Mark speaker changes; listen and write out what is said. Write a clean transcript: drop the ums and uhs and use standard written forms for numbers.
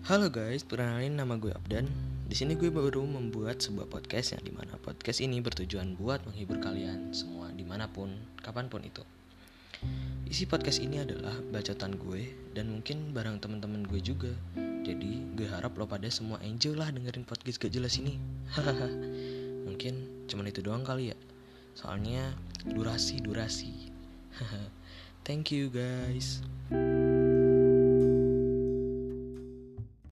Speaker 1: Halo guys, perkenalin nama gue Abdan. Di sini gue baru membuat sebuah podcast yang dimana podcast ini bertujuan buat menghibur kalian semua dimanapun, kapanpun itu. Isi podcast ini adalah bacotan gue dan mungkin bareng teman-teman gue juga. Jadi gue harap lo pada semua enjoy lah dengerin podcast gak jelas ini. Mungkin cuman itu doang kali ya. Soalnya durasi. Thank you guys.